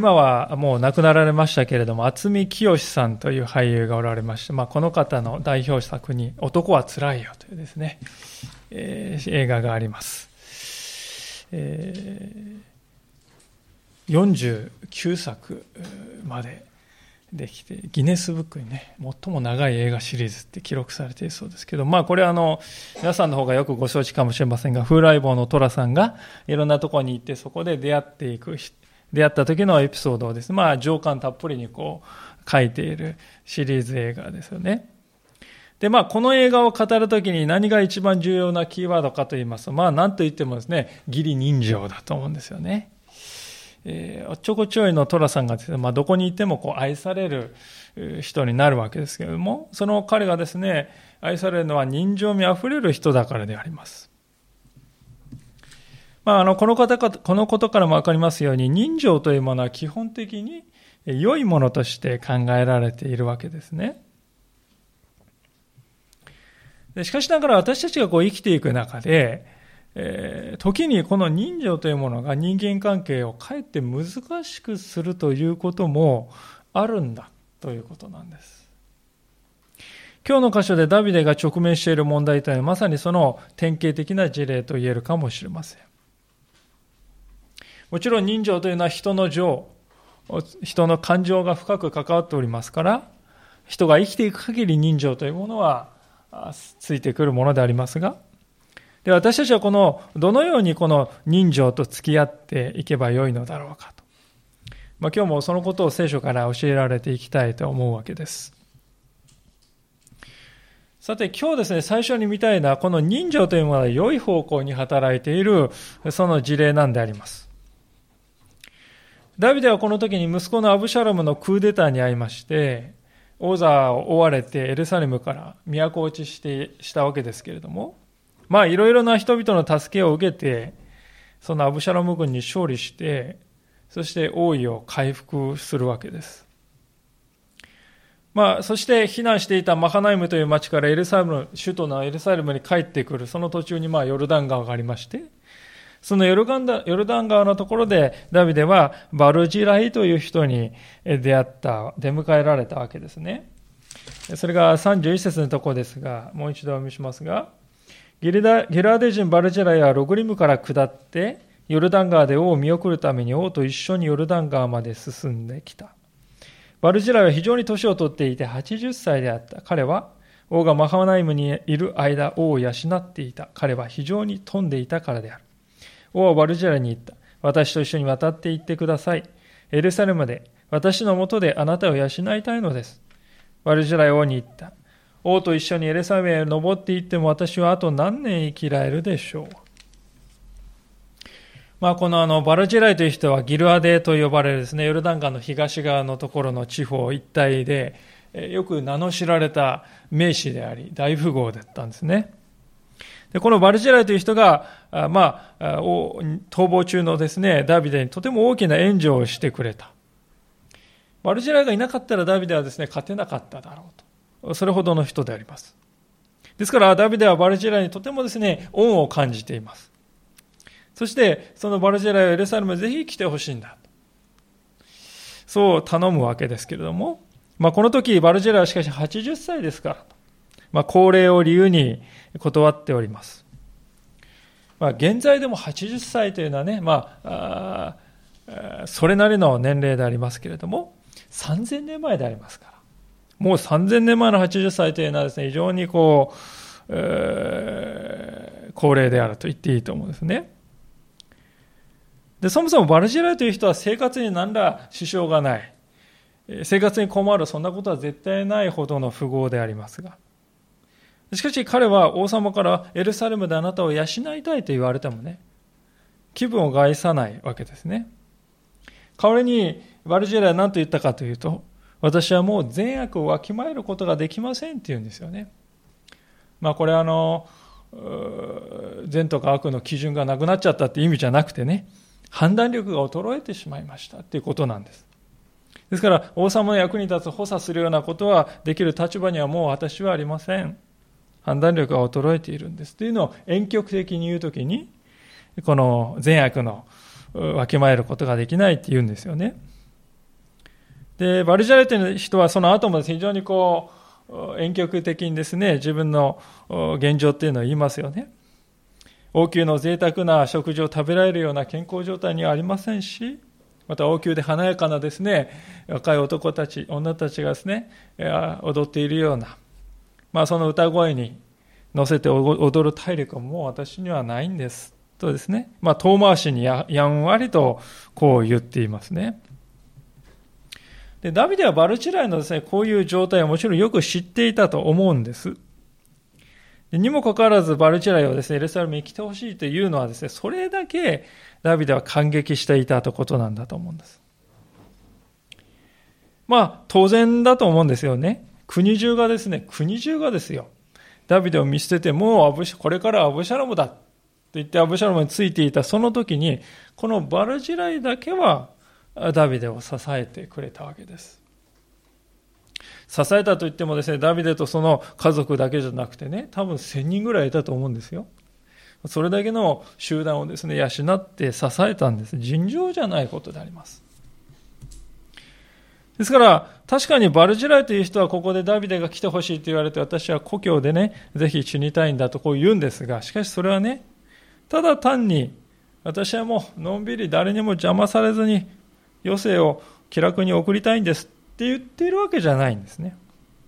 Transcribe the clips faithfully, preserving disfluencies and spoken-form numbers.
今はもう亡くなられましたけれども、渥美清さんという俳優がおられまして、まあ、この方の代表作に男はつらいよというですね、えー、映画があります。えー、よんじゅうきゅうさくまでできて、ギネスブックにね、最も長い映画シリーズって記録されているそうですけど、まあこれはあの、皆さんの方がよくご承知かもしれませんが、風来坊の寅さんがいろんなところに行って、そこで出会っていく、出会った時のエピソードをですね、まあ情感たっぷりにこう書いているシリーズ映画ですよね。で、まあこの映画を語るときに何が一番重要なキーワードかと言いますと、まあ何と言ってもですね、義理人情だと思うんですよね。えー、おっちょこちょいの寅さんがですね、まあどこにいてもこう愛される人になるわけですけれども、その彼がですね、愛されるのは人情味あふれる人だからであります。まあ、あのこの方かこのことからもわかりますように、人情というものは基本的に良いものとして考えられているわけですね。でしかしながら私たちがこう生きていく中で、えー、時にこの人情というものが人間関係をかえって難しくするということもあるんだということなんです。今日の箇所でダビデが直面している問題というのはまさにその典型的な事例と言えるかもしれません。もちろん人情というのは人の情、人の感情が深く関わっておりますから、人が生きていく限り人情というものはついてくるものでありますが、で私たちはこのどのようにこの人情と付き合っていけばよいのだろうかと、まあ、今日もそのことを聖書から教えられていきたいと思うわけです。さて今日ですね、最初に見たいのはこの人情というものが良い方向に働いているその事例なんであります。ダビデはこの時に息子のアブシャロムのクーデターに遭いまして、王座を追われてエルサレムから都落ちしてしたわけですけれども、まあいろいろな人々の助けを受けて、そのアブシャロム軍に勝利して、そして王位を回復するわけです。まあそして避難していたマハナイムという町からエルサレム、首都のエルサレムに帰ってくるその途中にまあヨルダン川がありまして、そのヨルダンヨルダン川のところでダビデはバルジライという人に出会った、出迎えられたわけですね。それがさんじゅういち節のところですが、もう一度お読みしますが、ギルダ、ギルアデ人バルジライはログリムから下ってヨルダン川で王を見送るために王と一緒にヨルダン川まで進んできた。バルジライは非常に年を取っていてはちじゅっさいであった。彼は王がマハナイムにいる間王を養っていた。彼は非常に富んでいたからである。王はバルジライに言った。私と一緒に渡って行ってください。エルサレムで私のもとであなたを養いたいのです。バルジライ王に言った。王と一緒にエルサレムへ登って行っても私はあと何年生きられるでしょう。まあこのあのバルジライという人はギルアデと呼ばれるですね、ヨルダン川の東側のところの地方一帯でよく名の知られた名士であり大富豪だったんですね。でこのバルジライという人が、まあ、逃亡中のですね、ダビデにとても大きな援助をしてくれた。バルジライがいなかったらダビデはですね、勝てなかっただろうと。それほどの人であります。ですからダビデはバルジライにとてもですね、恩を感じています。そしてそのバルジライをエルサレムぜひ来てほしいんだ。そう頼むわけですけれども、まあ、この時バルジライはしかしはちじゅっさいですから、まあ、高齢を理由に断っております。まあ、現在でもはちじゅっさいというのはね、まあ、あそれなりの年齢でありますけれども、さんぜんねんまえでありますから、もうさんぜんねんまえのはちじゅっさいというのはですね、非常にこう、えー、高齢であると言っていいと思うんですね。で、そもそもバルジライという人は生活に何ら支障がない、生活に困る、そんなことは絶対ないほどの富豪でありますが、しかし彼は王様からエルサレムであなたを養いたいと言われてもね、気分を害さないわけですね。代わりにバルジライは何と言ったかというと、私はもう善悪をわきまえることができませんって言うんですよね。まあこれはあの善とか悪の基準がなくなっちゃったって意味じゃなくてね、判断力が衰えてしまいましたっていうことなんです。ですから王様の役に立つ補佐するようなことはできる立場にはもう私はありません。判断力が衰えているんですというのを婉曲的に言うときに、この善悪のわきまえることができないって言うんですよね。 で、バルジャライという人はその後も非常にこう、婉曲的にですね、自分の現状っていうのを言いますよね。王宮の贅沢な食事を食べられるような健康状態にはありませんし、また王宮で華やかなですね、若い男たち、女たちがですね、踊っているような、まあその歌声に乗せて踊る体力はもう私にはないんです。とですね、まあ遠回しに や, やんわりとこう言っていますね。で、ダビデはバルチライのですね、こういう状態をもちろんよく知っていたと思うんです。にもかかわらずバルチライをですね、エルサレムに来てほしいというのはですね、それだけダビデは感激していたということなんだと思うんです。まあ、当然だと思うんですよね。国中がですね、国中がですよ、ダビデを見捨てて、もうアブシこれからアブシャロムだと言ってアブシャロムについていたその時に、このバルチライだけはダビデを支えてくれたわけです。支えたといってもですね、ダビデとその家族だけじゃなくてね、多分せんにんぐらいいたと思うんですよ。それだけの集団をですね、養って支えたんです。尋常じゃないことであります。ですから、確かにバルジライという人はここでダビデが来てほしいと言われて、私は故郷でね、ぜひ死にたいんだとこう言うんですが、しかしそれはね、ただ単に、私はもうのんびり誰にも邪魔されずに余生を気楽に送りたいんですって言っているわけじゃないんですね。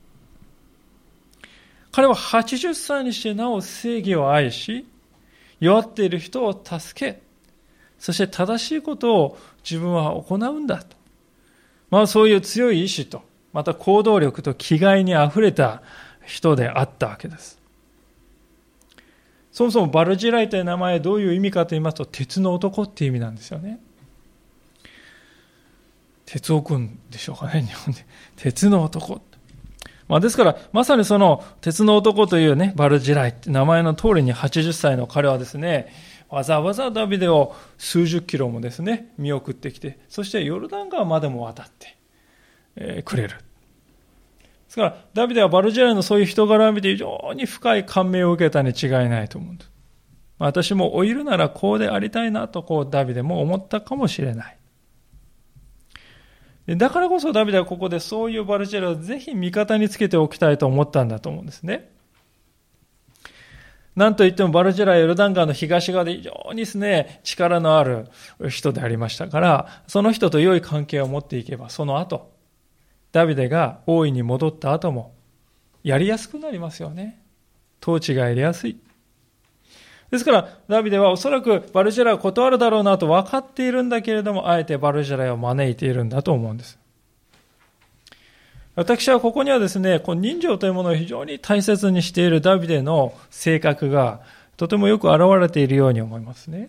彼ははちじゅっさいにしてなお正義を愛し、弱っている人を助け、そして正しいことを自分は行うんだと。まあそういう強い意志と、また行動力と気概にあふれた人であったわけです。そもそもバルジライという名前はどういう意味かと言いますと、鉄の男っていう意味なんですよね。鉄を組んでしょうかね、日本で。鉄の男。まあ、ですから、まさにその鉄の男というね、バルジライって名前の通りにはちじゅっさいの彼はですね、わざわざダビデを数十キロもですね、見送ってきて、そしてヨルダン川までも渡って、えー、くれる。ですから、ダビデはバルジライのそういう人柄を見て非常に深い感銘を受けたに違いないと思うんです。私も老いるならこうでありたいなと、こうダビデも思ったかもしれない。だからこそダビデはここでそういうバルジライをぜひ味方につけておきたいと思ったんだと思うんですね。なんといってもバルジライはヨルダン川の東側で非常にですね、力のある人でありましたから、その人と良い関係を持っていけば、その後、ダビデが王位に戻った後も、やりやすくなりますよね。統治がやりやすい。ですから、ダビデはおそらくバルジライを断るだろうなと分かっているんだけれども、あえてバルジライを招いているんだと思うんです。私はここにはですね、この人情というものを非常に大切にしているダビデの性格がとてもよく現れているように思いますね。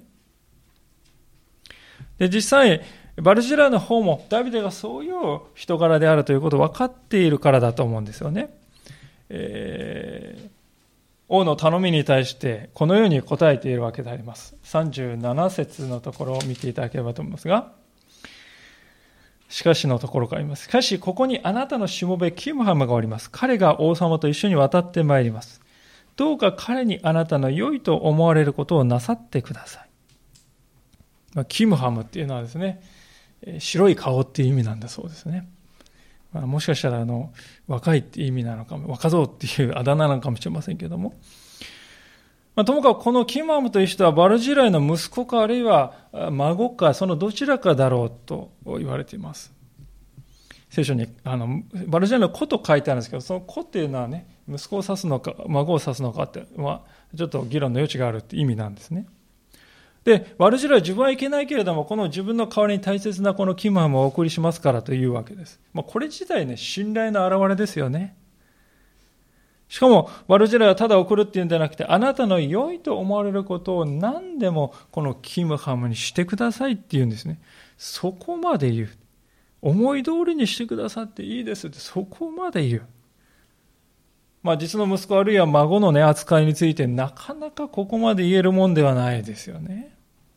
で、実際、バルジライの方もダビデがそういう人柄であるということを分かっているからだと思うんですよね。えー、王の頼みに対してこのように答えているわけであります。さんじゅうなな節のところを見ていただければと思いますが、しかしのところから言います。しかし、ここにあなたのしもべキムハムがおります。彼が王様と一緒に渡ってまいります。どうか彼にあなたの良いと思われることをなさってください。キムハムっていうのはですね、白い顔っていう意味なんだそうですね。まあ、もしかしたらあの若いっていう意味なのかも、若造っていうあだ名なのかもしれませんけども、まあ、ともかくこのキムハムという人はバルジライの息子かあるいは孫か、そのどちらかだろうと言われています。聖書にあのバルジライの子と書いてあるんですけど、その子っていうのはね、息子を指すのか孫を指すのかって、まあ、ちょっと議論の余地があるって意味なんですね。で、バルジライは自分はいけないけれども、この自分の代わりに大切なこのキムハムをお送りしますからというわけです。まあ、これ自体ね、信頼の表れですよね。しかも、バルジライはただ送るっていうんじゃなくて、あなたの良いと思われることを何でもこのキムハムにしてくださいって言うんですね。そこまで言う。思い通りにしてくださっていいですって、そこまで言う。まあ、実の息子あるいは孫のね、扱いについてなかなかここまで言えるもんではないですよね。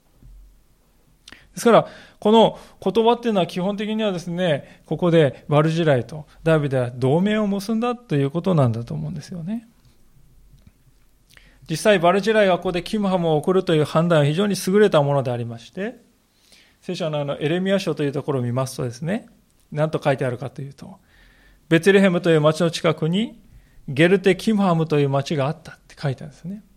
ですから、この言葉っていうのは基本的にはですね、ここでバルジライとダビデは同盟を結んだということなんだと思うんですよね。実際、バルジライがここでキムハムを送るという判断は非常に優れたものでありまして、聖書のあのエレミヤ書というところを見ますとですね、 何と書いてあるかというと、ベツレヘムという町の近くにゲルテ・キムハムという町があったって書いてあるんですね。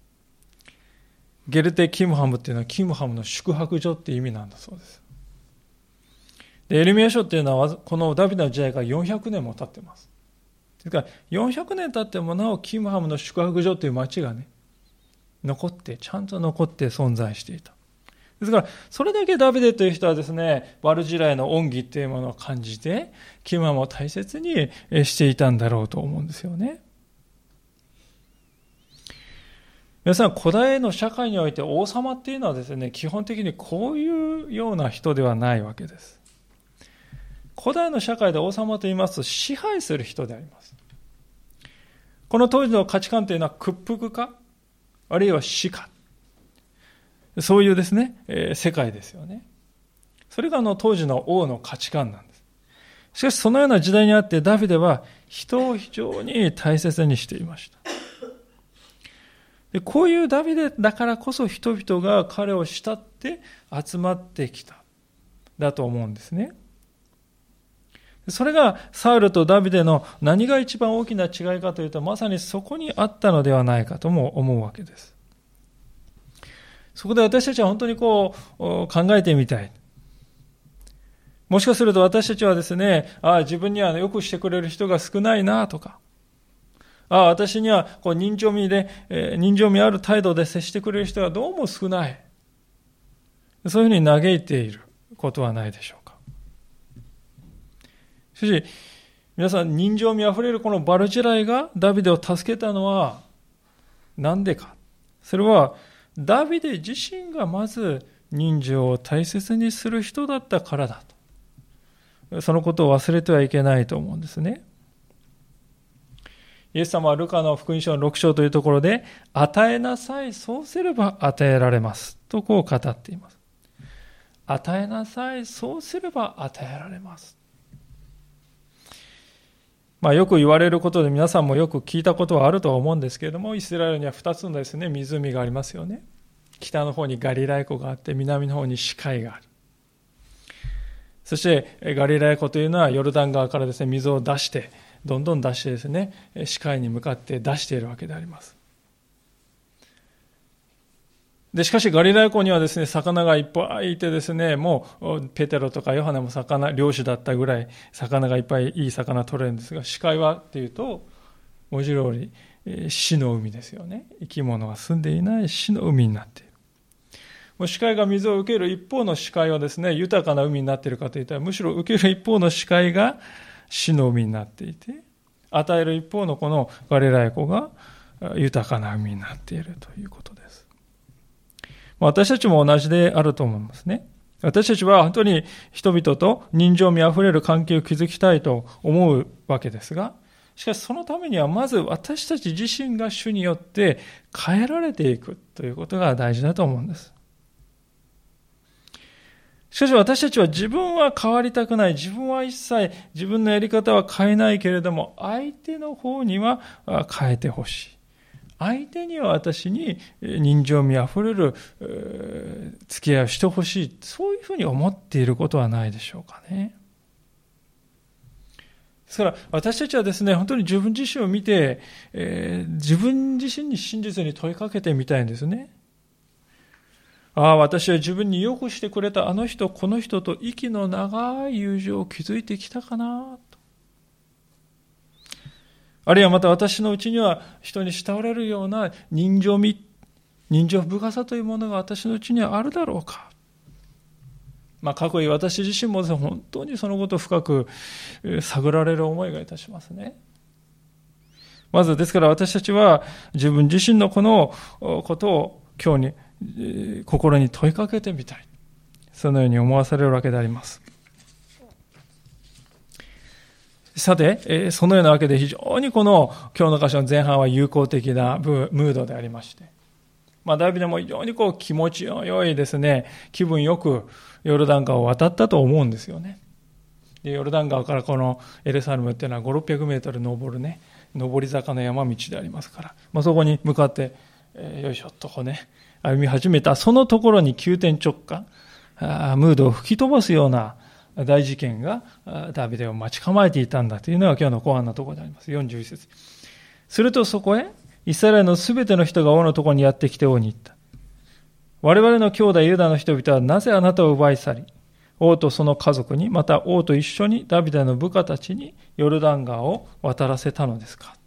ゲルテ・キムハムっていうのはキムハムの宿泊所っていう意味なんだそうです。でエレミヤ書っていうのはこのダビデの時代からよんひゃくねんも経ってます。ですからよんひゃくねん経ってもなおキムハムの宿泊所という町がね残ってちゃんと残って存在していた。ですからそれだけダビデという人はですね、バルジライの恩義というものを感じてキムハムを大切にしていたんだろうと思うんですよね。皆さん、古代の社会において王様っていうのはですね、基本的にこういうような人ではないわけです。古代の社会で王様と言いますと支配する人であります。この当時の価値観というのは屈服かあるいは死か、そういうですね、えー、世界ですよね。それがあの当時の王の価値観なんです。しかしそのような時代にあってダビデは人を非常に大切にしていました。でこういうダビデだからこそ人々が彼を慕って集まってきただと思うんですね。それがサウルとダビデの何が一番大きな違いかというと、まさにそこにあったのではないかとも思うわけです。そこで私たちは本当にこう考えてみたい。もしかすると私たちはですね、ああ自分にはよくしてくれる人が少ないなとか、ああ私にはこう人情味で、えー、人情味ある態度で接してくれる人がどうも少ない。そういうふうに嘆いていることはないでしょうか。しかし皆さん、人情味あふれるこのバルジライがダビデを助けたのは何でか。それはダビデ自身がまず人情を大切にする人だったからだと。そのことを忘れてはいけないと思うんですね。イエス様はルカの福音書のろく章というところで、与えなさい、そうすれば与えられますとこう語っています。与えなさい、そうすれば与えられます。まあ、よく言われることで皆さんもよく聞いたことはあるとは思うんですけれども、イスラエルにはふたつのですね、湖がありますよね。北の方にガリラヤ湖があって、南の方に死海がある。そしてガリラヤ湖というのはヨルダン川からですね、水を出して、どんどん出してですね、死海に向かって出しているわけであります。で、しかしガリラヤ湖にはですね、魚がいっぱいいてですね、もうペテロとかヨハネも魚、漁師だったぐらい魚がいっぱいいい魚取れるんですが、死海はっていうと、文字通り死の海ですよね。生き物が住んでいない死の海になっている。もう死海が水を受ける一方の死海はですね、豊かな海になっているかといったら、むしろ受ける一方の死海が死の海になっていて、与える一方のこのガリラヤ湖が豊かな海になっているということです。私たちも同じであると思いますね。私たちは本当に人々と人情味あふれる関係を築きたいと思うわけですが、しかしそのためにはまず私たち自身が主によって変えられていくということが大事だと思うんです。しかし私たちは自分は変わりたくない。自分は一切自分のやり方は変えないけれども、相手の方には変えてほしい。相手には私に人情味あふれる付き合いをしてほしい。そういうふうに思っていることはないでしょうかね。ですから私たちはですね、本当に自分自身を見て、えー、自分自身に真実に問いかけてみたいんですね。ああ、私は自分によくしてくれたあの人、この人と息の長い友情を築いてきたかなと。あるいはまた私のうちには人に慕われるような人情味、人情深さというものが私のうちにはあるだろうか。まあ、過去に私自身も本当にそのことを深く探られる思いがいたしますね。まずですから私たちは自分自身のこのことを今日に心に問いかけてみたい。そのように思わされるわけであります。さて、そのようなわけで非常にこの今日の箇所の前半は友好的なムードでありまして、まあ、ダビデも非常にこう気持ちの良いですね、気分よくヨルダン川を渡ったと思うんですよね。でヨルダン川からこのエルサレムっていうのはごひゃくろっぴゃくメートル登るね、登り坂の山道でありますから、まあ、そこに向かって、えー、よいしょっとこうね、歩み始めたそのところに急転直下、あムードを吹き飛ばすような大事件がダビデを待ち構えていたんだというのが今日の後半のところであります。よんじゅういち節。するとそこへイスラエルのすべての人が王のところにやってきて王に言った。我々の兄弟ユダの人々はなぜあなたを奪い去り、王とその家族に、また王と一緒にダビデの部下たちにヨルダン川を渡らせたのですか。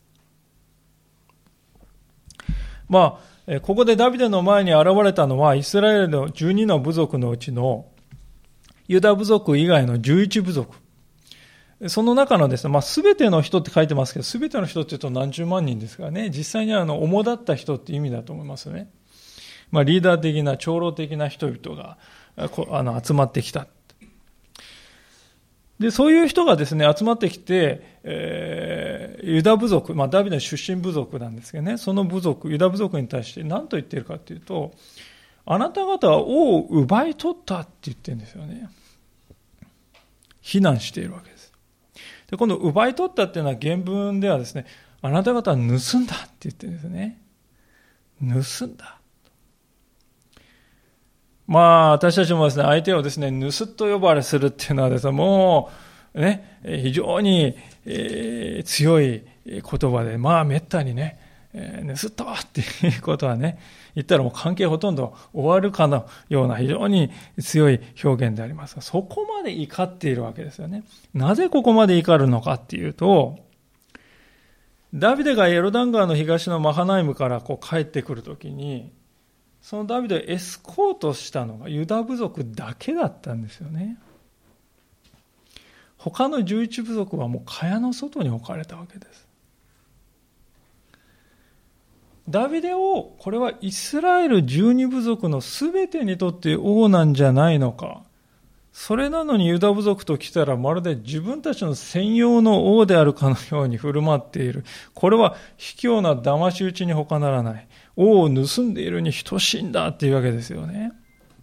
まあ、ここでダビデの前に現れたのはイスラエルのじゅうにの部族のうちのユダ部族以外のじゅういち部族。その中のですね、まあ、全ての人って書いてますけど、全ての人って言うと何十万人ですからね、実際にはあの、主だった人って意味だと思いますね。まあ、リーダー的な、長老的な人々が、あの、集まってきた。で、そういう人がですね、集まってきて、えー、ユダ部族、まあ、ダビデの出身部族なんですけどね、その部族、ユダ部族に対して何と言っているかというと、あなた方は王を奪い取ったって言ってるんですよね。非難しているわけです。で、今度、奪い取ったっていうのは原文ではですね、あなた方は盗んだって言ってるんですね。盗んだ。まあ、私たちもですね、相手をですね、盗っと呼ばれするっていうのはですね、もう、ね、非常に、えー、強い言葉で、まあ、めったにね、えー、盗っとっていうことはね、言ったらもう関係ほとんど終わるかのような非常に強い表現でありますが、そこまで怒っているわけですよね。なぜここまで怒るのかっていうと、ダビデがヨルダン川の東のマハナイムからこう帰ってくるときに、そのダビデをエスコートしたのがユダ部族だけだったんですよね。他のじゅういち部族はもう蚊帳の外に置かれたわけです。ダビデ王、これはイスラエルじゅうに部族のすべてにとって王なんじゃないのか。それなのにユダ部族と来たらまるで自分たちの専用の王であるかのように振る舞っている。これは卑怯な騙し討ちに他ならない。王を盗んでいるに等しいんだっていうわけですよね。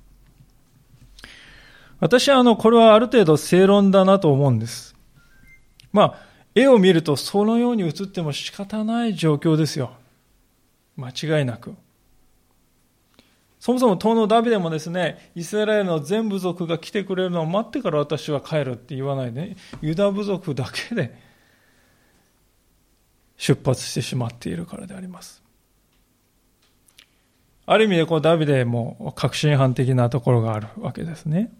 私はあの、これはある程度正論だなと思うんです。まあ、絵を見るとそのように映っても仕方ない状況ですよ。間違いなく。そもそも当のダビデもですね、イスラエルの全部族が来てくれるのを待ってから私は帰るって言わないで、ユダ部族だけで出発してしまっているからであります。ある意味でこうダビデも確信犯的なところがあるわけですね。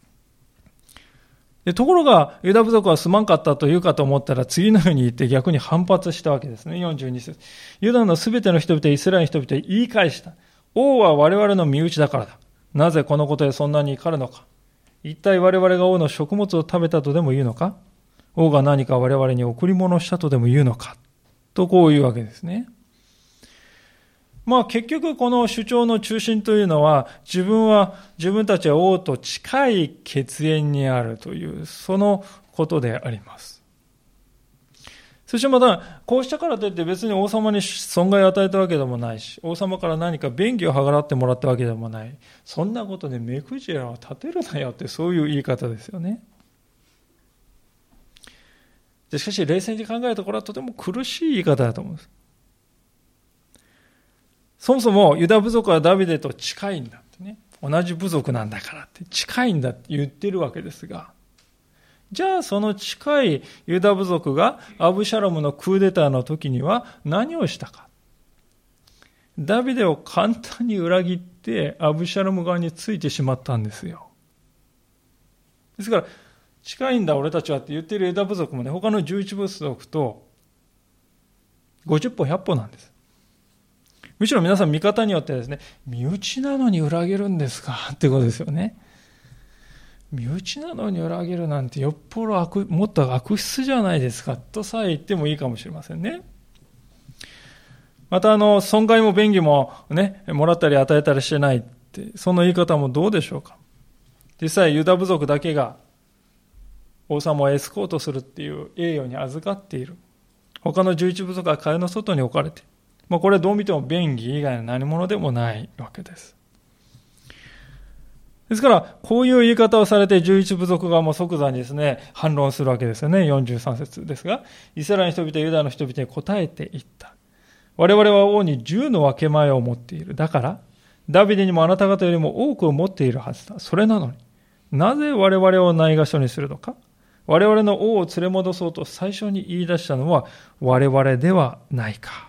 でところがユダ部族はすまんかったというかと思ったら次のように言って逆に反発したわけですね。よんじゅうに節。ユダのすべての人々、イスラエルの人々へ言い返した。王は我々の身内だからだ。なぜこのことでそんなに怒るのか。一体我々が王の食物を食べたとでも言うのか。王が何か我々に贈り物をしたとでも言うのか。とこういうわけですね。まあ結局この主張の中心というのは自分は自分たちは王と近い血縁にあるというそのことであります。そしてまたこうしたからといって別に王様に損害を与えたわけでもないし、王様から何か便宜を計らってもらったわけでもない。そんなことで目くじらを立てるなよってそういう言い方ですよね。でしかし冷静に考えるとこれはとても苦しい言い方だと思うんです。そもそもユダ部族はダビデと近いんだってね。同じ部族なんだからって近いんだって言ってるわけですが、じゃあその近いユダ部族がアブシャロムのクーデターの時には何をしたか。ダビデを簡単に裏切ってアブシャロム側についてしまったんですよ。ですから近いんだ俺たちはって言っているユダ部族もね、他のじゅういち部族とごじゅっぽひゃっぽなんです。むしろ皆さん見方によってはですね、身内なのに裏切るんですかってことですよね。身内なのに裏切るなんてよっぽど悪もっと悪質じゃないですかとさえ言ってもいいかもしれませんね。またあの損害も便宜もねもらったり与えたりしてないってその言い方もどうでしょうか。実際ユダ部族だけが王様をエスコートするっていう栄誉に預かっている。他のじゅういち部族は蚊帳の外に置かれている。まあ、これはどう見ても便宜以外の何者でもないわけです。ですから、こういう言い方をされてじゅういち部族側も即座にですね、反論するわけですよね。よんじゅうさん節ですが、イスラエルの人々、ユダの人々に答えていった。我々は王にじゅうの分け前を持っている。だから、ダビデにもあなた方よりも多くを持っているはずだ。それなのに、 なぜ我々をないがしろにするのか。我々の王を連れ戻そうと最初に言い出したのは我々ではないか。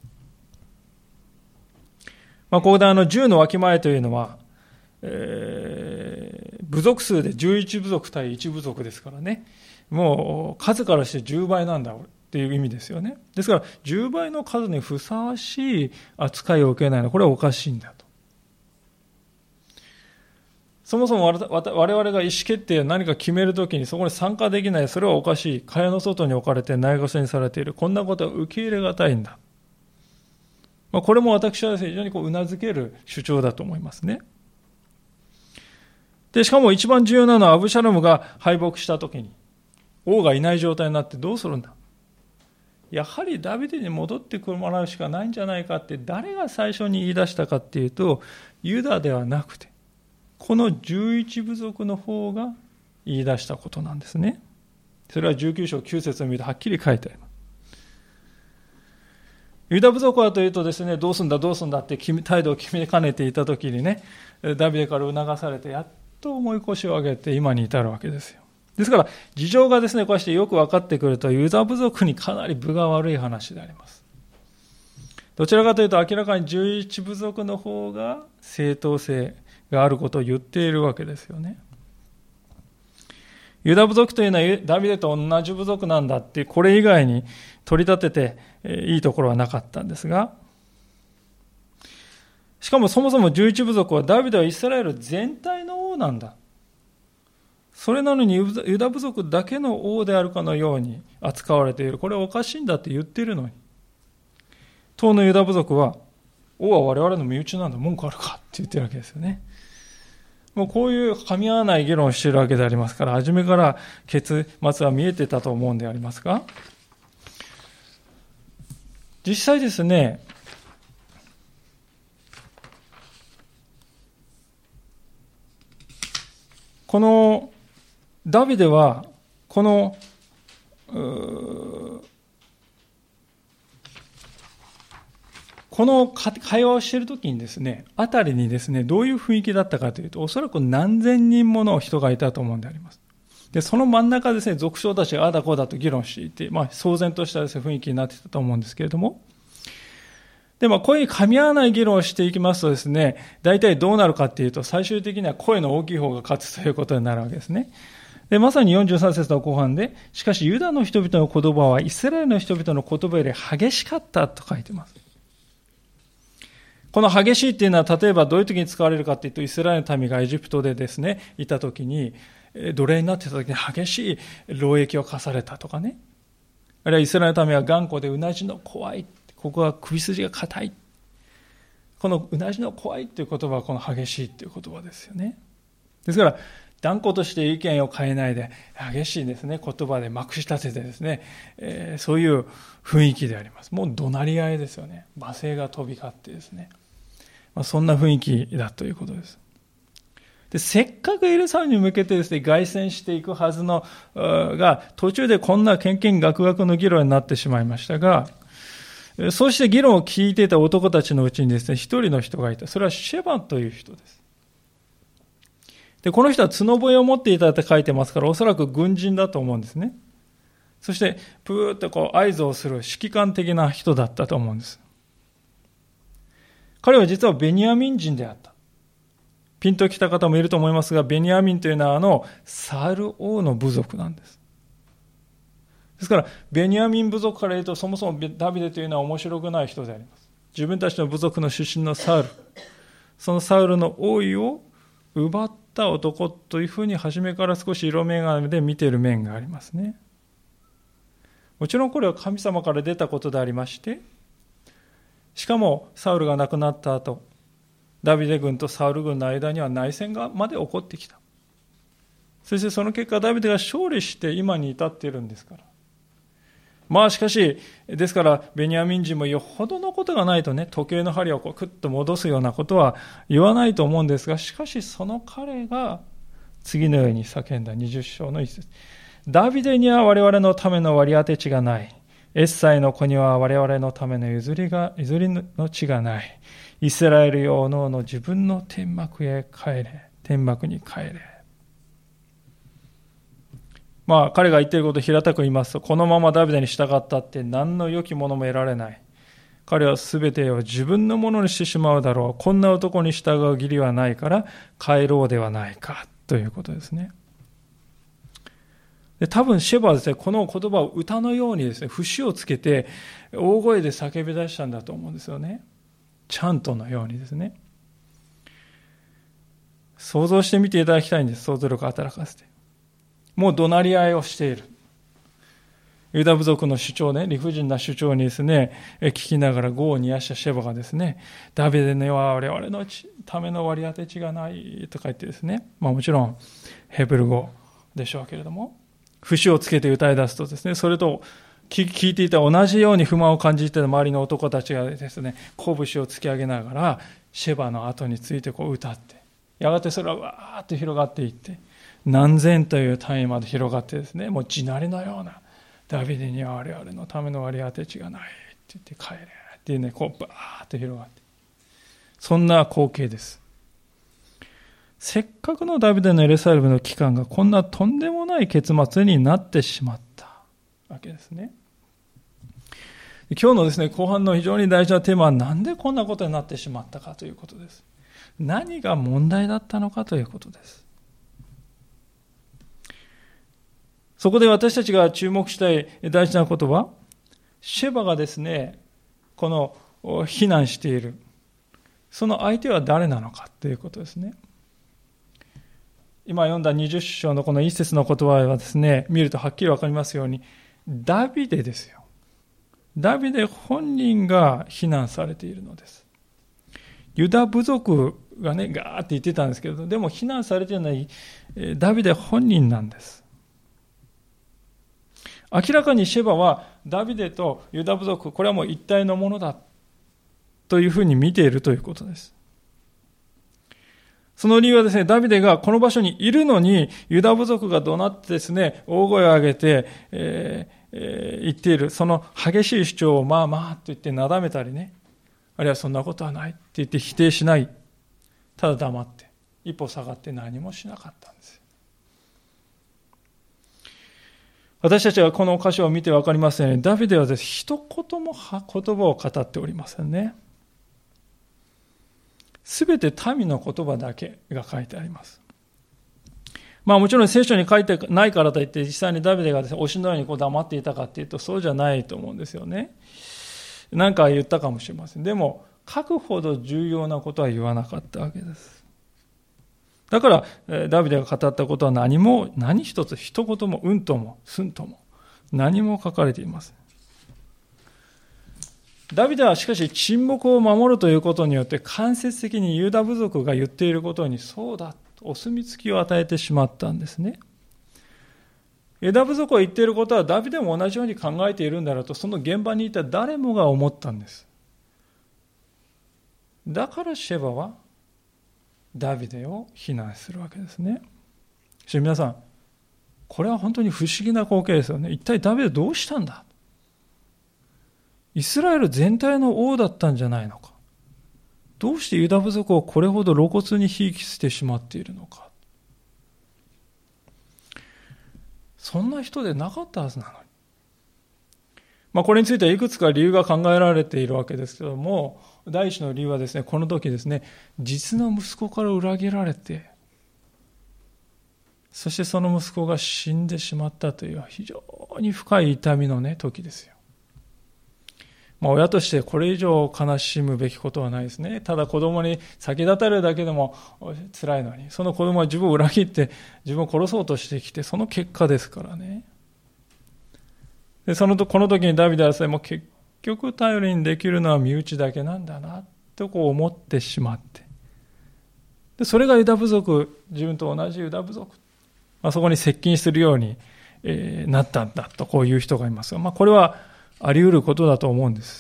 まあ、ここであのじゅうのわきまえというのは、えー、部族数でじゅういち部族対いち部族ですからね。もう数からしてじゅうばいなんだっていう意味ですよね。ですからじゅうばいの数にふさわしい扱いを受けないのはこれはおかしいんだと。そもそも我々が意思決定を何か決めるときにそこに参加できない、それはおかしい。蚊帳の外に置かれてないがしろにされている。こんなことは受け入れがたいんだ。まあ、これも私はですね、非常にこう頷ける主張だと思いますね。で、しかも一番重要なのはアブシャロムが敗北したときに、王がいない状態になってどうするんだ。やはりダビデに戻ってもらうしかないんじゃないかって誰が最初に言い出したかっていうと、ユダではなくて、このじゅういち部族の方が言い出したことなんですね。それはじゅうきゅう章きゅう節を見るとはっきり書いてあります。ユダ部族はというとですね、どうすんだどうすんだって態度を決めかねていたときにね、ダビデから促されてやっと重い腰を上げて今に至るわけですよ。ですから事情がですね、こうしてよく分かってくるとユダ部族にかなり分が悪い話であります。どちらかというと明らかにじゅういち部族の方が正当性があることを言っているわけですよね。ユダ部族というのはダビデと同じ部族なんだってこれ以外に取り立てていいところはなかったんですが、しかもそもそもじゅういち部族はダビデはイスラエル全体の王なんだ。それなのにユダ部族だけの王であるかのように扱われている。これはおかしいんだって言っているのに、当のユダ部族は王は我々の身内なんだ、文句あるかって言ってるわけですよね。もうこういう噛み合わない議論をしているわけでありますから、初めから結末は見えてたと思うんでありますが、実際ですね、このダビデはこのこの会話をしているときにですね、あたりにですね、どういう雰囲気だったかというと、おそらく何千人もの人がいたと思うんであります。で、その真ん中ですね、族長たちがああだこうだと議論していて、まあ、騒然としたですね、雰囲気になっていたと思うんですけれども、で、まあ、こういう噛み合わない議論をしていきますとですね、大体どうなるかっていうと、最終的には声の大きい方が勝つということになるわけですね。で、まさによんじゅうさん節の後半で、しかしユダの人々の言葉はイスラエルの人々の言葉より激しかったと書いています。この激しいっていうのは、例えばどういう時に使われるかっていうと、イスラエルの民がエジプトでですね、いた時に、奴隷になっていた時に激しい労役を課されたとかね。あるいはイスラエルの民は頑固でうなじの怖い。ここは首筋が硬い。このうなじの怖いっていう言葉はこの激しいっていう言葉ですよね。ですから、断固として意見を変えないで、激しいですね、言葉でまくし立ててですね、えー、そういう雰囲気であります。もう怒鳴り合いですよね。罵声が飛び交ってですね。まあ、そんな雰囲気だということです。で、せっかくエルサレムに向けてですね、凱旋していくはずの、が、途中でこんなけんけんがくがくの議論になってしまいましたが、そうして議論を聞いていた男たちのうちにですね、一人の人がいた。それはシェバという人です。で、この人は角笛を持っていたって書いてますから、おそらく軍人だと思うんですね。そして、ぷーっとこう合図をする指揮官的な人だったと思うんです。彼は実はベニヤミン人であった。ピンときた方もいると思いますが、ベニヤミンというのはあのサウル王の部族なんです。ですから、ベニヤミン部族から言うと、そもそもダビデというのは面白くない人であります。自分たちの部族の出身のサウル、そのサウルの王位を奪った男というふうに初めから少し色眼鏡で見ている面がありますね。もちろんこれは神様から出たことでありまして、しかもサウルが亡くなった後、ダビデ軍とサウル軍の間には内戦がまで起こってきた。そしてその結果ダビデが勝利して今に至っているんですから。まあしかし、ですからベニヤミン人もよほどのことがないとね、時計の針をこうクッと戻すようなことは言わないと思うんですが、しかしその彼が次のように叫んだにじゅう章の一節。ダビデには我々のための割り当て地がない。エッサイの子には我々のための譲りが、譲りの地がない。イスラエルよ、おのおの自分の天幕へ帰れ。天幕に帰れ。 まあ彼が言っていることを平たく言いますと、このままダビデに従ったって何の良きものも得られない。彼はすべてを自分のものにしてしまうだろう。こんな男に従う義理はないから帰ろうではないかということですね。で多分シェバはですね、この言葉を歌のようにですね、節をつけて大声で叫び出したんだと思うんですよね。チャントのようにですね。想像してみていただきたいんです。想像力を働かせて。もう怒鳴り合いをしている。ユダ部族の首長ね、理不尽な首長にですね、聞きながら業を煮やしたシェバがですね、ダビデには我々のための割り当て地がないとか言ってですね、まあもちろんヘブル語でしょうけれども、節をつけて歌い出すとですね、それと聞いていた同じように不満を感じていた周りの男たちがですね、拳を突き上げながらシェバの後についてこう歌って、やがてそれはわーっと広がっていって、何千という単位まで広がってですね、もう地鳴りのような、ダビデには我々のための割り当て地がないって言って帰れっていうね、こうバーッと広がって、そんな光景です。せっかくのダビデのエルサレムの期間がこんなとんでもない結末になってしまったわけですね。今日のですね、後半の非常に大事なテーマは、なんでこんなことになってしまったかということです。何が問題だったのかということです。そこで私たちが注目したい大事なことは、シェバがですね、この非難している、その相手は誰なのかということですね。今読んだにじゅっ章のこの一節の言葉はですね、見るとはっきりわかりますように、ダビデですよ。ダビデ本人が非難されているのです。ユダ部族がね、ガーって言ってたんですけど、でも非難されているのはダビデ本人なんです。明らかにシェバはダビデとユダ部族、これはもう一体のものだというふうに見ているということです。その理由はですね、ダビデがこの場所にいるのに、ユダ部族が怒鳴ってですね、大声を上げて、えーえー、言っている、その激しい主張をまあまあと言ってなだめたりね、あるいはそんなことはないって言って否定しない。ただ黙って、一歩下がって何もしなかったんです。私たちはこの箇所を見て分かりますように、ダビデはですね、一言も言葉を語っておりませんね。すべて民の言葉だけが書いてあります。まあもちろん聖書に書いてないからといって実際にダビデがですね、おしのようにこう黙っていたかっていうとそうじゃないと思うんですよね。なんか言ったかもしれません。でも書くほど重要なことは言わなかったわけです。だからダビデが語ったことは何も何一つ一言もうんともすんとも何も書かれていません。ダビデはしかし沈黙を守るということによって間接的にユダ部族が言っていることにそうだとお墨付きを与えてしまったんですね。ユダ部族が言っていることはダビデも同じように考えているんだろうとその現場にいた誰もが思ったんです。だからシェバはダビデを非難するわけですね。そして皆さん、これは本当に不思議な光景ですよね。一体ダビデどうしたんだ。イスラエル全体の王だったんじゃないのか。どうしてユダ部族をこれほど露骨にひいきしてしまっているのか。そんな人でなかったはずなのに。まあこれについてはいくつか理由が考えられているわけですけども、第一の理由はですね、この時ですね、実の息子から裏切られて、そしてその息子が死んでしまったという非常に深い痛みのね、時ですよ。まあ、親としてこれ以上悲しむべきことはないですね。ただ子供に先立たれるだけでも辛いのに、その子供は自分を裏切って自分を殺そうとしてきて、その結果ですからね。でそのとこの時にダビデはですね、もう結局頼りにできるのは身内だけなんだなとこう思ってしまって、でそれがユダ部族、自分と同じユダ部族、まあ、そこに接近するように、えー、なったんだとこういう人がいますが、まあ、これはあり得ることだと思うんです。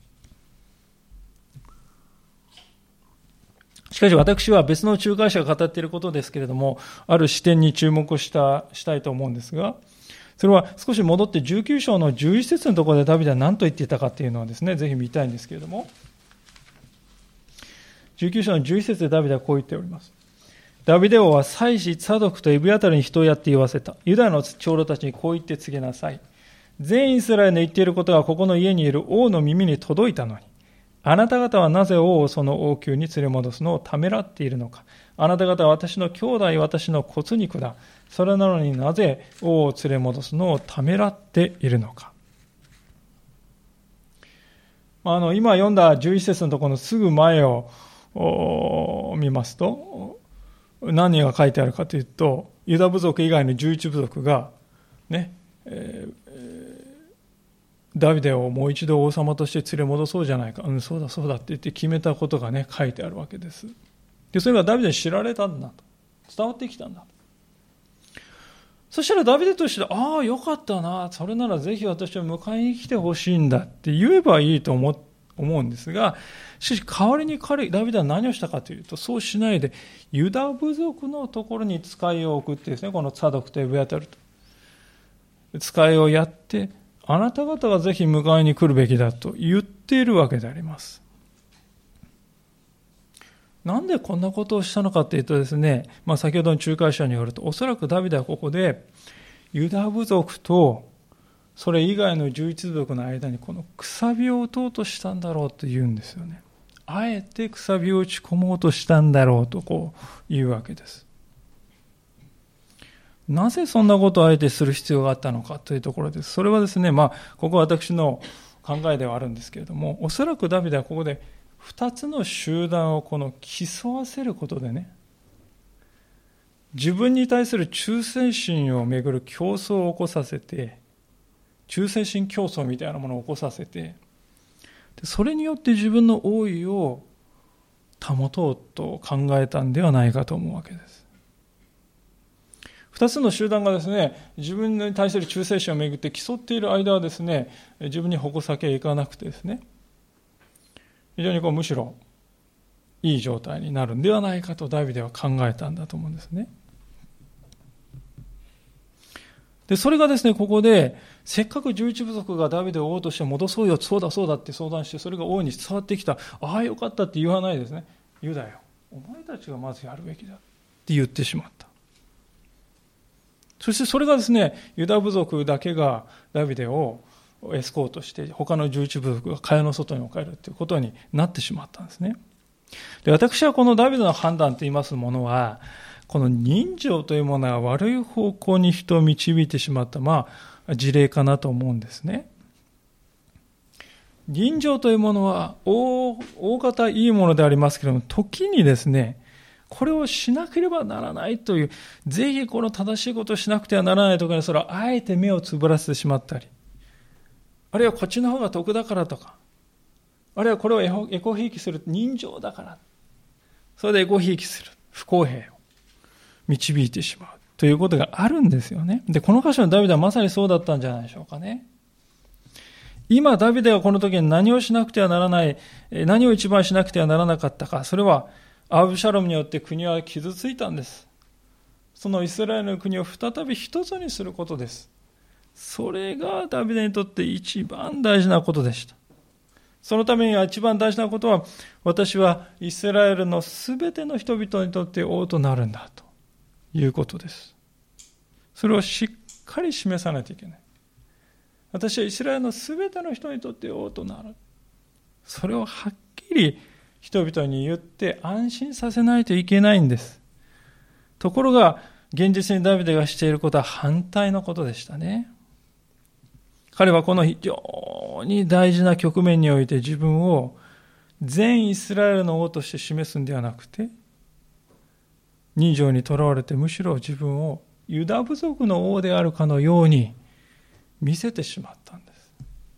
しかし私は別の仲介者が語っていることですけれども、ある視点に注目したしたいと思うんですが、それは少し戻ってじゅうきゅう章のじゅういち節のところでダビデは何と言っていたかというのをですね、ぜひ見たいんですけれども、じゅうきゅう章のじゅういち節でダビデはこう言っております。 ダビデ王は祭司サドクとエビアタルに人をやって言わせた。ユダの長老たちにこう言って告げなさい。全イスラエルの言っていることがここの家にいる王の耳に届いたのに、あなた方はなぜ王をその王宮に連れ戻すのをためらっているのか。あなた方は私の兄弟、私の骨肉だ。それなのになぜ王を連れ戻すのをためらっているのか。あの今読んだじゅういち節のところのすぐ前を見ますと、何が書いてあるかというと、ユダ部族以外のじゅういち部族がね、えー、ダビデをもう一度王様として連れ戻そうじゃないか、うん、そうだそうだって言って決めたことがね書いてあるわけです。でそれがダビデに知られたんだと、伝わってきたんだ。そしたらダビデとして、ああよかったな、それならぜひ私を迎えに来てほしいんだって言えばいいと思思うんですが、しかし代わりに彼ダビデは何をしたかというと、そうしないでユダ部族のところに使いを送ってですね、このサドクとエビアタルと使いをやって、あなた方がぜひ迎えに来るべきだと言っているわけであります。なんでこんなことをしたのかというとですね、まあ、先ほどの仲介者によると、おそらくダビデはここでユダ部族とそれ以外のじゅういち部族の間にこのくさびを打とうとしたんだろうと言うんですよね。あえてくさびを打ち込もうとしたんだろうとこう言うわけです。なぜそんなことをあえてする必要があったのかというところです。それはですね、まあここは私の考えではあるんですけれども、おそらくダビデはここで二つの集団をこの競わせることでね、自分に対する忠誠心をめぐる競争を起こさせて、忠誠心競争みたいなものを起こさせて、それによって自分の王位を保とうと考えたんではないかと思うわけです。二つの集団がですね、自分に対する忠誠心をめぐって競っている間はですね、自分に矛先へ行かなくてですね、非常にこうむしろいい状態になるんではないかとダビデは考えたんだと思うんですね。でそれがですね、ここでせっかくじゅういち部族がダビデを王として戻そうよ、そうだそうだって相談して、それが王に伝わってきた。ああよかったって言わないですね。ユダよ、お前たちがまずやるべきだって言ってしまった。そしてそれがですね、ユダ部族だけがダビデをエスコートして、他のじゅういち部族が蚊帳の外に置かれるということになってしまったんですね。で私はこのダビデの判断といいますものは、この人情というものが悪い方向に人を導いてしまった、まあ、事例かなと思うんですね。人情というものは大、大方いいものでありますけれども、時にですね、これをしなければならないという、ぜひこの正しいことをしなくてはならないとかに、それをあえて目をつぶらせてしまったり、あるいはこっちの方が得だからとか、あるいはこれをエコひいきする人情だから、それでエコひいきする不公平を導いてしまうということがあるんですよね。で、この箇所のダビデはまさにそうだったんじゃないでしょうかね。今ダビデがこの時に何をしなくてはならない、何を一番しなくてはならなかったか、それはアブシャロムによって国は傷ついたんです。そのイスラエルの国を再び一つにすることです。それがダビデにとって一番大事なことでした。そのためには一番大事なことは、私はイスラエルのすべての人々にとって王となるんだということです。それをしっかり示さないといけない。私はイスラエルのすべての人にとって王となる。それをはっきり人々に言って安心させないといけないんです。ところが現実にダビデがしていることは反対のことでしたね。彼はこの非常に大事な局面において自分を全イスラエルの王として示すんではなくて、人情にとらわれてむしろ自分をユダ部族の王であるかのように見せてしまったんです。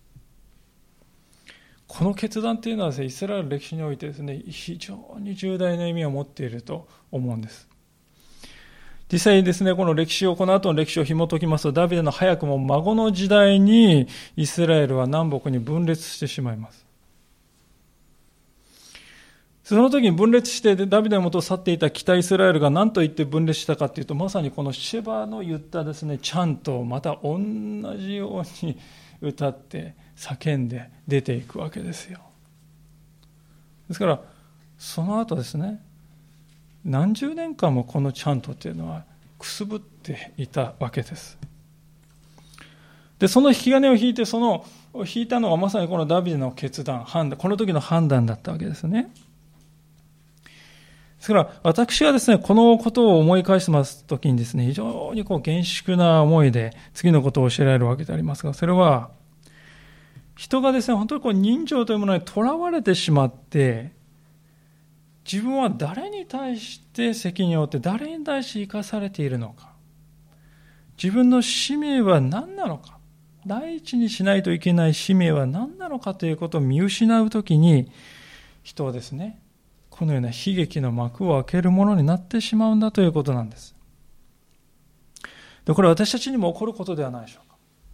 この決断というのはですね、イスラエルの歴史においてですね、非常に重大な意味を持っていると思うんです。実際にですね、この歴史を、この後の歴史を紐解きますと、ダビデの早くも孫の時代にイスラエルは南北に分裂してしまいます。その時に分裂してダビデの元を去っていた北イスラエルが何と言って分裂したかというと、まさにこのシェバの言ったですね、チャントをまた同じように歌って叫んで出ていくわけですよ。ですからその後ですね、 何十年間もこのチャントというのはくすぶっていたわけです。で、その引き金を引いて、その引いたのはまさにこのダビデの決断、判断、この時の判断だったわけですね。ですから私がですね、このことを思い返しますときにですね、非常にこう厳粛な思いで次のことを教えられるわけでありますが、それは人がですね、本当にこう人情というものにとらわれてしまって、自分は誰に対して責任を負って誰に対して生かされているのか、自分の使命は何なのか、第一にしないといけない使命は何なのかということを見失うときに、人はですね、このような悲劇の幕を開けるものになってしまうんだということなんです。で、これは私たちにも起こることではないでしょうか。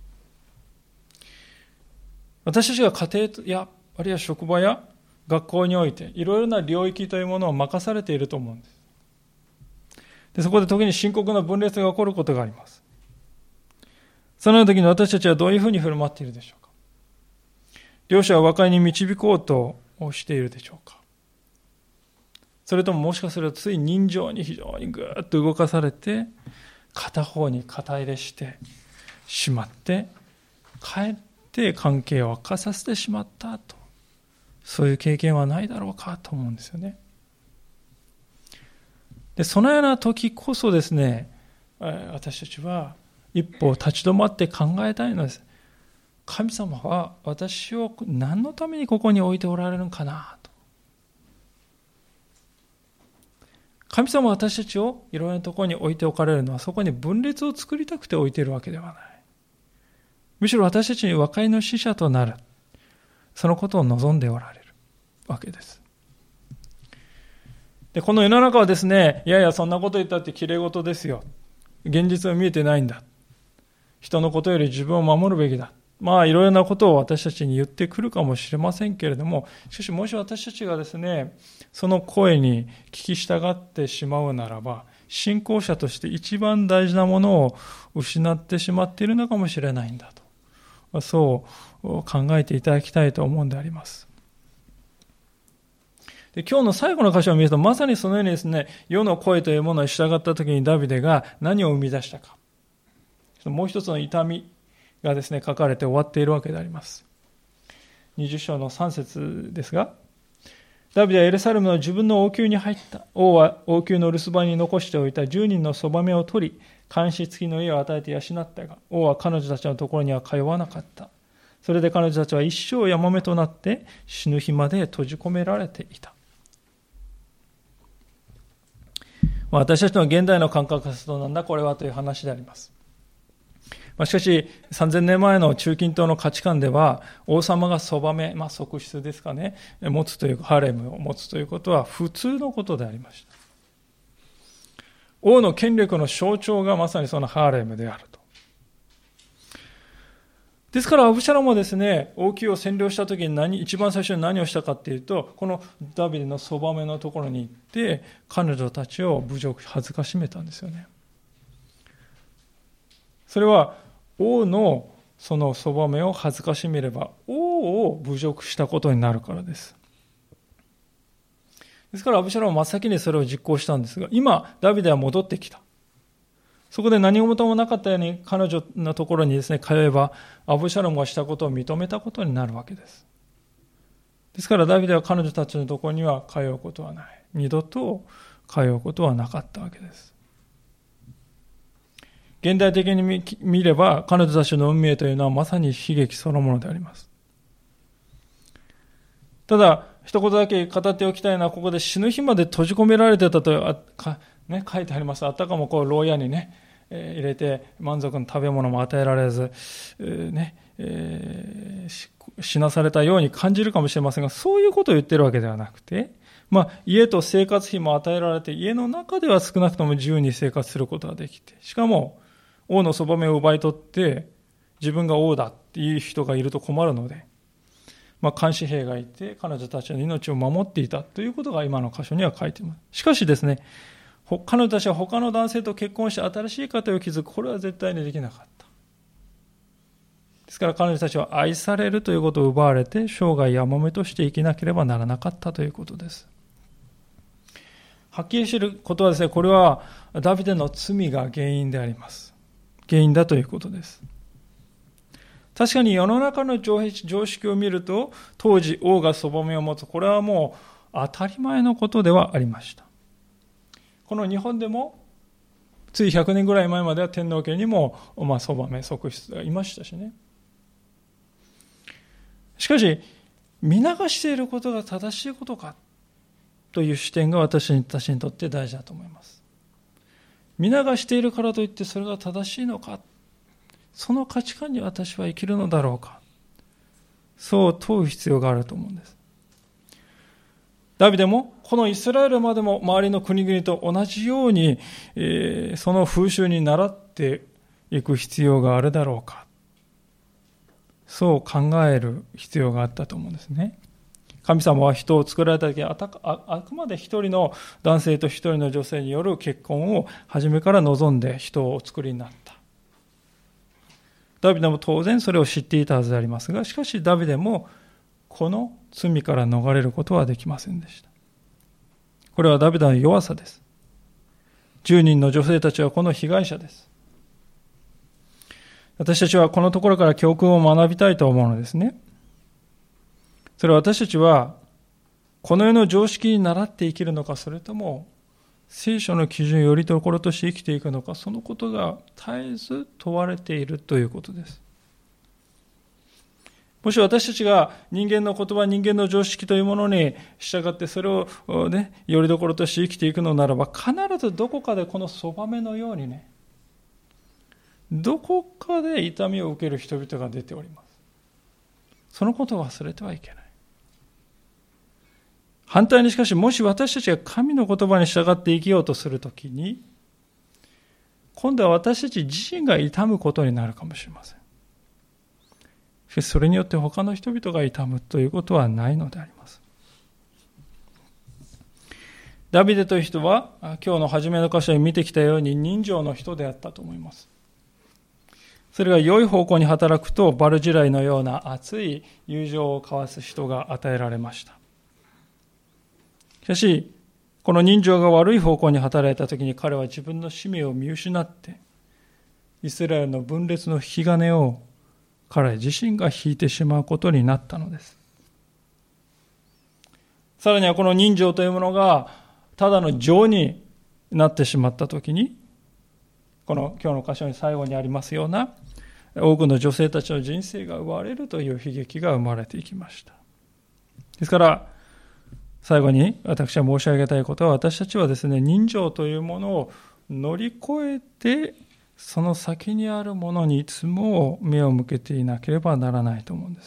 私たちが家庭や、あるいは職場や学校において、いろいろな領域というものを任されていると思うんです。で、そこで特に深刻な分裂が起こることがあります。そのような時に私たちはどういうふうに振る舞っているでしょうか。両者は和解に導こうとしているでしょうか。それとももしかするとつい人情に非常にぐーっと動かされて、片方に肩入れしてしまって、かえって関係を悪化させてしまったと、そういう経験はないだろうかと思うんですよね。で、そのような時こそですね、私たちは一歩立ち止まって考えたいのです。神様は私を何のためにここに置いておられるのかなと。神様は私たちをいろいろなところに置いておかれるのは、そこに分裂を作りたくて置いているわけではない。むしろ私たちに和解の使者となる、そのことを望んでおられるわけです。で、この世の中はですね、いやいやそんなこと言ったって綺麗事ですよ。現実は見えてないんだ。人のことより自分を守るべきだ。まあいろいろなことを私たちに言ってくるかもしれませんけれども、しかしもし私たちがですね、その声に聞き従ってしまうならば、信仰者として一番大事なものを失ってしまっているのかもしれないんだと、そう考えていただきたいと思うんであります。で、今日の最後の箇所を見ると、まさにそのようにですね、世の声というものに従ったときにダビデが何を生み出したか、もう一つの痛みがですね、書かれて終わっているわけであります。にじゅう章のさん節ですが、ダビデはエルサレムの自分の王宮に入った。王は王宮の留守番に残しておいたじゅうにんのそばめを取り、監視付きの家を与えて養ったが、王は彼女たちのところには通わなかった。それで彼女たちは一生やもめとなって死ぬ日まで閉じ込められていた。私たちの現代の感覚からするとなんだこれはという話であります。しかしさんぜんねんまえの中近東の価値観では、王様がそばめ、まあ、側室ですかね、持つというハーレムを持つということは普通のことでありました。王の権力の象徴がまさにそのハーレムであると。ですからアブシャロムはですね、王宮を占領した時に何一番最初に何をしたかっていうと、このダビデのそばめのところに行って彼女たちを侮辱恥ずかしめたんですよね。それは王のそのそばめを恥ずかしめれば王を侮辱したことになるからです。ですからアブシャロムは真っ先にそれを実行したんですが、今ダビデは戻ってきた。そこで何事もなかったように彼女のところにですね通えば、アブシャロムがしたことを認めたことになるわけです。ですからダビデは彼女たちのところには通うことはない。二度と通うことはなかったわけです。現代的に見れば彼女たちの運命というのはまさに悲劇そのものであります。ただ一言だけ語っておきたいのは、ここで死ぬ日まで閉じ込められてたとあか、ね、書いてあります。あたかもこう牢屋にね、えー、入れて満足の食べ物も与えられず、えーねえー、死なされたように感じるかもしれませんが、そういうことを言ってるわけではなくて、まあ、家と生活費も与えられて、家の中では少なくとも自由に生活することができて、しかも王のそばめを奪い取って自分が王だっていう人がいると困るので、まあ、監視兵がいて彼女たちの命を守っていたということが今の箇所には書いています。しかしですね、彼女たちは他の男性と結婚して新しい家庭を築く、これは絶対にできなかった。ですから彼女たちは愛されるということを奪われて生涯やもめとして生きなければならなかったということです。 はっきりしていることはですね、これはダビデの罪が原因であります。原因だということです。確かに世の中の常識を見ると、当時王がそばめを持つ、これはもう当たり前のことではありました。この日本でもついひゃくねんぐらい前までは天皇家にもまあそばめ側室がいましたしね。しかし見流していることが正しいことかという視点が私たちにとって大事だと思います。見流しているからといってそれが正しいのか、その価値観に私は生きるのだろうか、そう問う必要があると思うんです。ダビデもこのイスラエルまでも周りの国々と同じように、えー、その風習に倣っていく必要があるだろうか、そう考える必要があったと思うんですね。神様は人を作られた時に あ, た あ, あくまで一人の男性と一人の女性による結婚を初めから望んで人をお作りになった。ダビデも当然それを知っていたはずでありますが、しかしダビデもこの罪から逃れることはできませんでした。これはダビデの弱さです。じゅうにんの女性たちはこの被害者です。私たちはこのところから教訓を学びたいと思うのですね。それは私たちはこの世の常識に倣って生きるのか、それとも聖書の基準をよりどころとして生きていくのか、そのことが絶えず問われているということです。もし私たちが人間の言葉、人間の常識というものに従ってそれをね、よりどころとして生きていくのならば、必ずどこかでこのそばめのようにね、どこかで痛みを受ける人々が出ております。そのことを忘れてはいけない。反対にしかし、もし私たちが神の言葉に従って生きようとするときに、今度は私たち自身が痛むことになるかもしれません。しかしそれによって他の人々が痛むということはないのであります。ダビデという人は、今日の初めの箇所に見てきたように人情の人であったと思います。それが良い方向に働くと、バルジライのような熱い友情を交わす人が与えられました。しかし、この人情が悪い方向に働いたときに、彼は自分の使命を見失って、イスラエルの分裂の引き金を彼自身が引いてしまうことになったのです。さらにはこの人情というものがただの情になってしまったときに、この今日の箇所に最後にありますような多くの女性たちの人生が奪われるという悲劇が生まれていきました。ですから最後に私は申し上げたいことは、私たちはですね、人情というものを乗り越えてその先にあるものにいつも目を向けていなければならないと思うんです。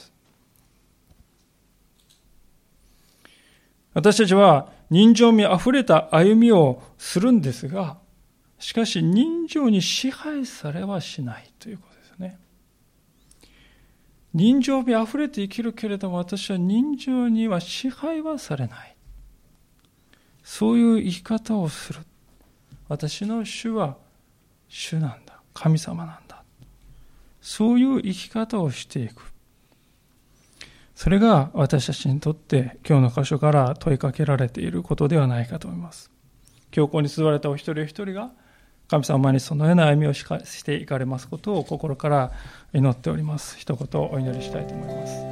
私たちは人情味あふれた歩みをするんですが、しかし人情に支配されはしないということですね。人情味あふれて生きるけれども、私は人情には支配はされない。そういう生き方をする。私の主は主なんだ、神様なんだ、そういう生き方をしていく。それが私たちにとって今日の箇所から問いかけられていることではないかと思います。教皇に座られたお一人お一人が神様にそのような歩みをしていかれますことを心から祈っております。一言お祈りしたいと思います。